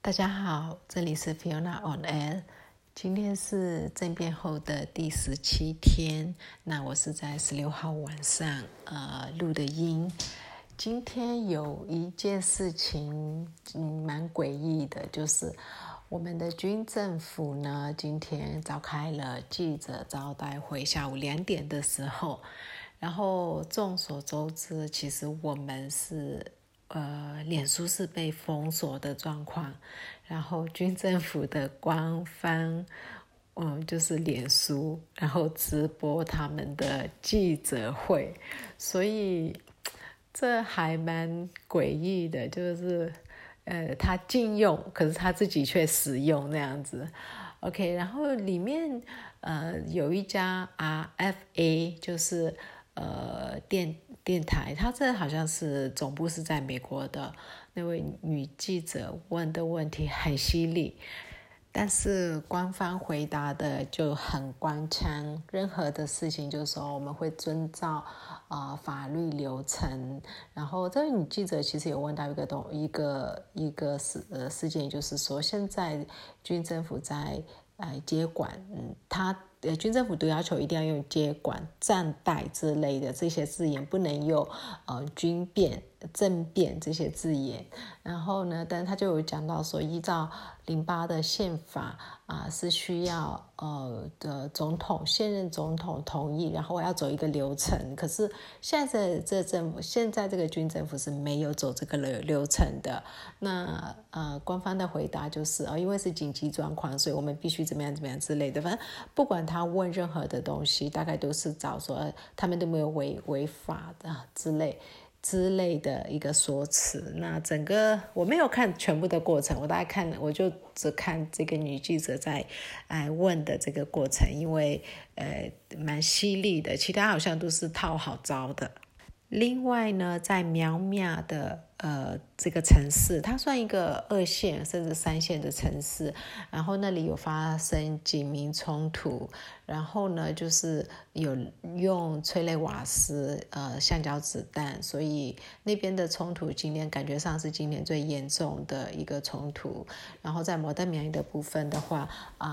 大家好，这里是 Fiona on Air。今天是政变后的第17天，那我是在16号晚上录的音。今天有一件事情蛮诡异的，就是我们的军政府呢今天召开了记者招待会，下午2点的时候，然后众所周知，其实我们是脸书是被封锁的状况，然后军政府的官方就是脸书，然后直播他们的记者会，所以这还蛮诡异的，就是他禁用，可是他自己却使用那样子。OK， 然后里面有一家 RFA， 就是电台，他这好像是总部是在美国的那位女记者问的问题很犀利，但是官方回答的就很官腔，任何的事情就是说我们会遵照法律流程。然后这位女记者其实有问到一个事件，就是说现在军政府在接管，军政府都要求一定要用接管、暂代之类的这些字眼，不能用军变、政变这些字眼。然后呢，但是他就有讲到说，依照08的宪法是需要现任总统同意，然后要走一个流程。可是现在这个军政府是没有走这个流程的。那官方的回答就是因为是紧急状况，所以我们必须怎么样之类的。反正不管他问任何的东西，大概都是找说他们都没有违法的之类的一个说辞。那整个我没有看全部的过程，我就只看这个女记者在问的这个过程，因为蛮犀利的，其他好像都是套好招的。另外呢，在苗苗的这个城市，它算一个2线甚至3线的城市，然后那里有发生警民冲突，然后呢就是有用催泪瓦斯橡胶子弹，所以那边的冲突今天感觉上是今年最严重的一个冲突。然后在摩登苗的部分的话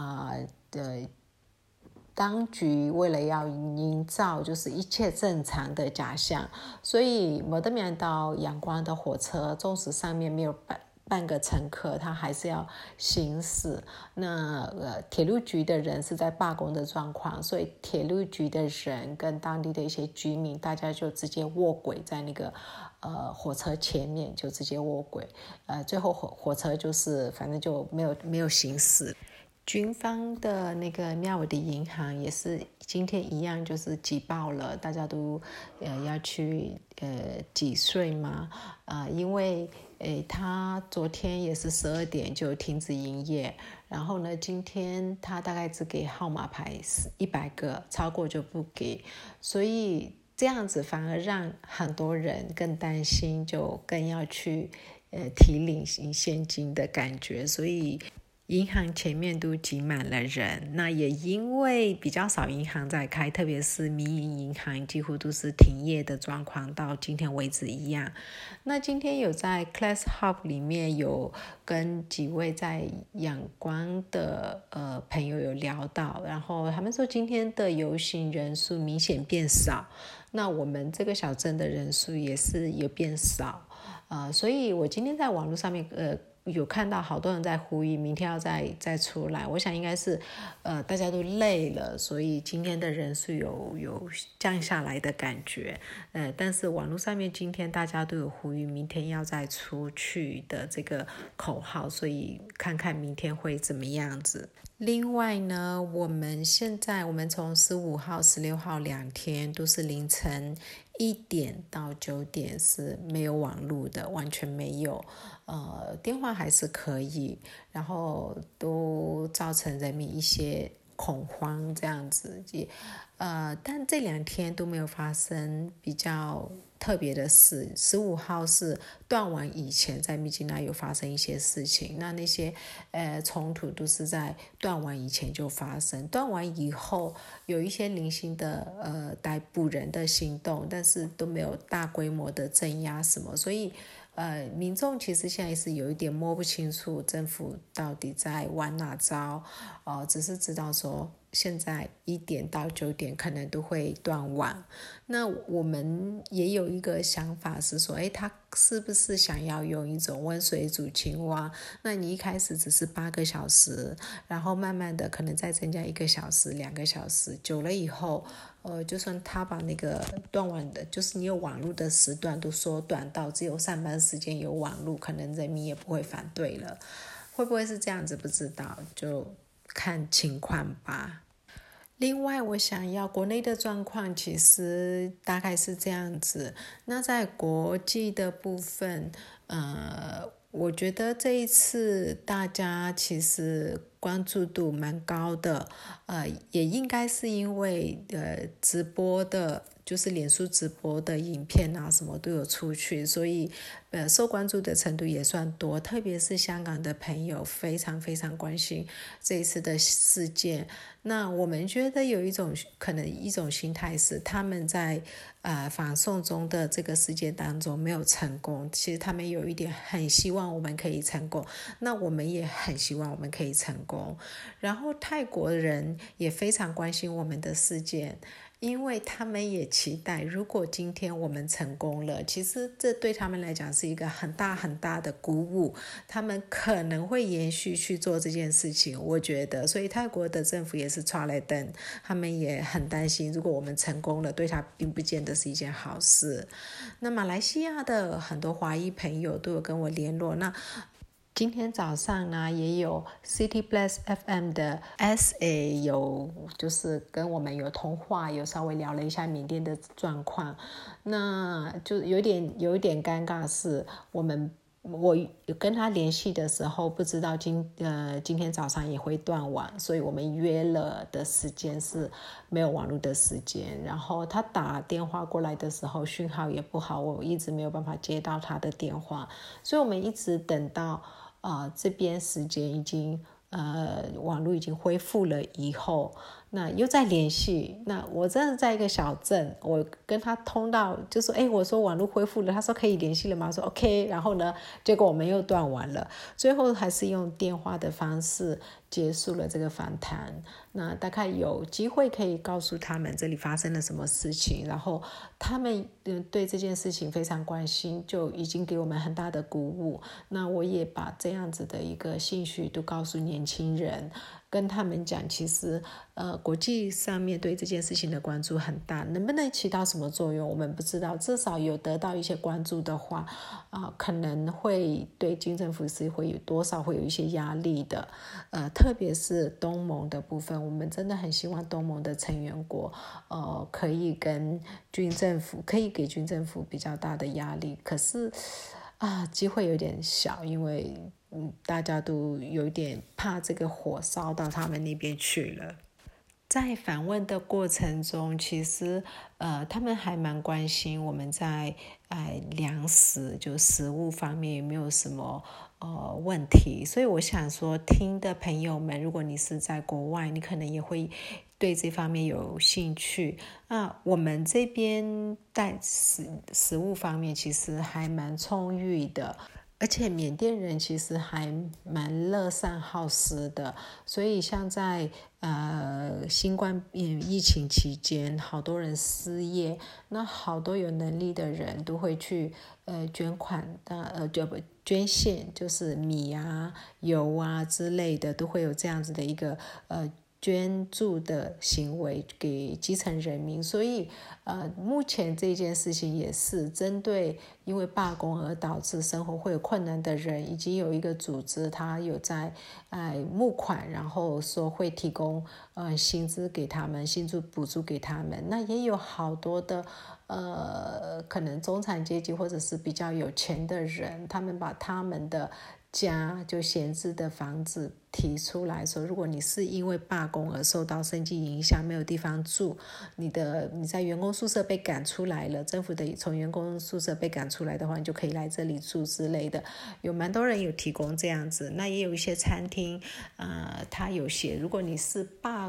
当局为了要营造就是一切正常的假象，所以摩登苗到仰光的火车，纵使上面没有半个乘客，他还是要行驶。那铁路局的人是在罢工的状况，所以铁路局的人跟当地的一些居民，大家就直接卧轨在那个火车前面，就直接卧轨。最后火车就是反正就没有行驶。军方的那个妙尾的银行也是今天一样，就是挤爆了，大家都要去挤税嘛，因为他昨天也是12点就停止营业，然后呢，今天他大概只给号码牌100个，超过就不给，所以这样子反而让很多人更担心，就更要去提领现金的感觉，所以银行前面都挤满了人。那也因为比较少银行在开，特别是民营银行几乎都是停业的状况，到今天为止一样。那今天有在 Class Hub 里面有跟几位在仰光的朋友有聊到，然后他们说今天的游行人数明显变少，那我们这个小镇的人数也是有变少，所以我今天在网络上面有看到好多人在呼吁明天要再出来，我想应该是大家都累了，所以今天的人数有降下来的感觉。但是网络上面今天大家都有呼吁明天要再出去的这个口号，所以看看明天会怎么样子。另外呢，我们从15号、16号2天都是凌晨1点到9点是没有网路的，完全没有。电话还是可以，然后都造成人民一些恐慌这样子。但这2天都没有发生比较特别的事。15号是断网以前在密吉那有发生一些事情，那些冲突都是在断网以前就发生，断网以后有一些零星的逮捕人的行动，但是都没有大规模的镇压什么，所以民众其实现在是有一点摸不清楚政府到底在玩哪招，只是知道说现在1点到9点可能都会断网。那我们也有一个想法是说，他是不是想要用一种温水煮青蛙？那你一开始只是8个小时，然后慢慢的可能再增加1个小时、2个小时，久了以后，就算他把那个断网的，就是你有网络的时段都缩短到只有上班时间有网络，可能人民也不会反对了。会不会是这样子不知道，就看情况吧。另外我想要国内的状况其实大概是这样子，那在国际的部分，我觉得这一次大家其实关注度蛮高的，也应该是因为直播的，就是脸书直播的影片啊什么都有出去，所以受关注的程度也算多，特别是香港的朋友非常非常关心这一次的事件。那我们觉得有一种可能一种心态是他们在反送中的这个事件当中没有成功，其实他们有一点很希望我们可以成功，那我们也很希望我们可以成功。然后泰国人也非常关心我们的事件，因为他们也期待如果今天我们成功了，其实这对他们来讲是一个很大很大的鼓舞，他们可能会延续去做这件事情，我觉得。所以泰国的政府也是抓来等，他们也很担心如果我们成功了，对他并不见得是一件好事。那马来西亚的很多华裔朋友都有跟我联络，那今天早上呢，也有 City Blast FM 的 SA 有就是跟我们有通话，有稍微聊了一下缅甸的状况。那就有一点尴尬是我跟他联系的时候不知道今天早上也会断网，所以我们约了的时间是没有网络的时间，然后他打电话过来的时候讯号也不好，我一直没有办法接到他的电话，所以我们一直等到这边时间已经网络已经恢复了以后，那又再联系。那我真的在一个小镇，我跟他通到就说我说网络恢复了，他说可以联系了吗？我说 OK， 然后呢结果我们又断完了，最后还是用电话的方式结束了这个访谈。那大概有机会可以告诉他们这里发生了什么事情，然后他们对这件事情非常关心，就已经给我们很大的鼓舞。那我也把这样子的一个兴趣都告诉年轻人，跟他们讲其实国际上面对这件事情的关注很大，能不能起到什么作用我们不知道，至少有得到一些关注的话可能会对军政府是会有多少会有一些压力的，特别是东盟的部分，我们真的很希望东盟的成员国可以跟军政府可以给军政府比较大的压力，可是机会有点小，因为大家都有点怕这个火烧到他们那边去了。在访问的过程中，其实他们还蛮关心我们在粮食就食物方面有没有什么问题，所以我想说听的朋友们，如果你是在国外，你可能也会对这方面有兴趣。我们这边在食物方面其实还蛮充裕的，而且缅甸人其实还蛮乐善好施的，所以像在新冠疫情期间，好多人失业，那好多有能力的人都会去捐款捐献，就是米啊、油啊之类的，都会有这样子的一个捐助的行为给基层人民，所以目前这件事情也是针对因为罢工而导致生活会有困难的人，已经有一个组织他有在募款，然后说会提供薪资给他们，薪资补助给他们。那也有好多的可能中产阶级或者是比较有钱的人，他们把他们的家就闲置的房子提出来说，如果你是因为罢工而受到生计影响，没有地方住，你在员工宿舍被赶出来了，政府的从员工宿舍被赶出来的话，你就可以来这里住之类的，有蛮多人有提供这样子。那也有一些餐厅他有写，如果你是罢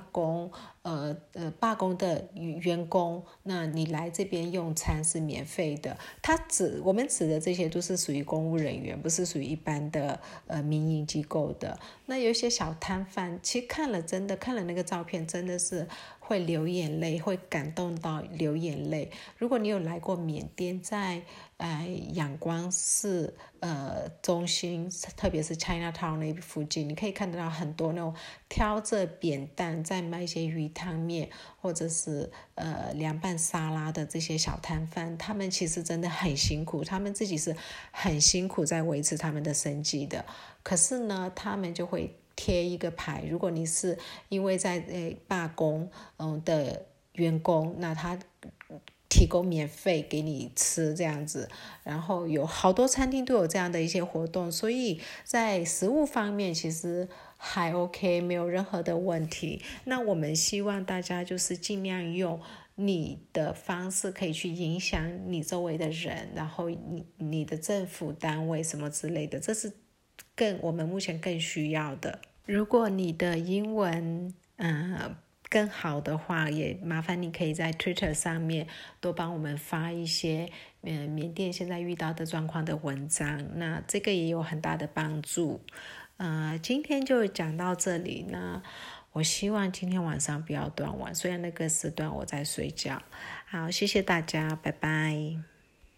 罢工的员工，那你来这边用餐是免费的。我们指的这些都是属于公务人员，不是属于一般的民营机构的。那有一些小摊贩，其实看了那个照片，真的是会流眼泪，会感动到流眼泪。如果你有来过缅甸，在仰光市中心，特别是 Chinatown 那附近，你可以看得到很多那种挑着扁担在卖一些鱼汤面或者是凉拌沙拉的这些小摊贩，他们其实真的很辛苦，他们自己是很辛苦在维持他们的生计的。可是呢，他们就会贴一个牌，如果你是因为在罢工的员工，那他提供免费给你吃这样子，然后有好多餐厅都有这样的一些活动，所以在食物方面其实还 OK， 没有任何的问题。那我们希望大家就是尽量用你的方式可以去影响你周围的人，然后你的政府单位什么之类的，这是我们目前更需要的。如果你的英文更好的话，也麻烦你可以在 Twitter 上面多帮我们发一些缅甸现在遇到的状况的文章，那这个也有很大的帮助。今天就讲到这里，那我希望今天晚上不要断网，虽然那个时段我在睡觉。好，谢谢大家，拜拜。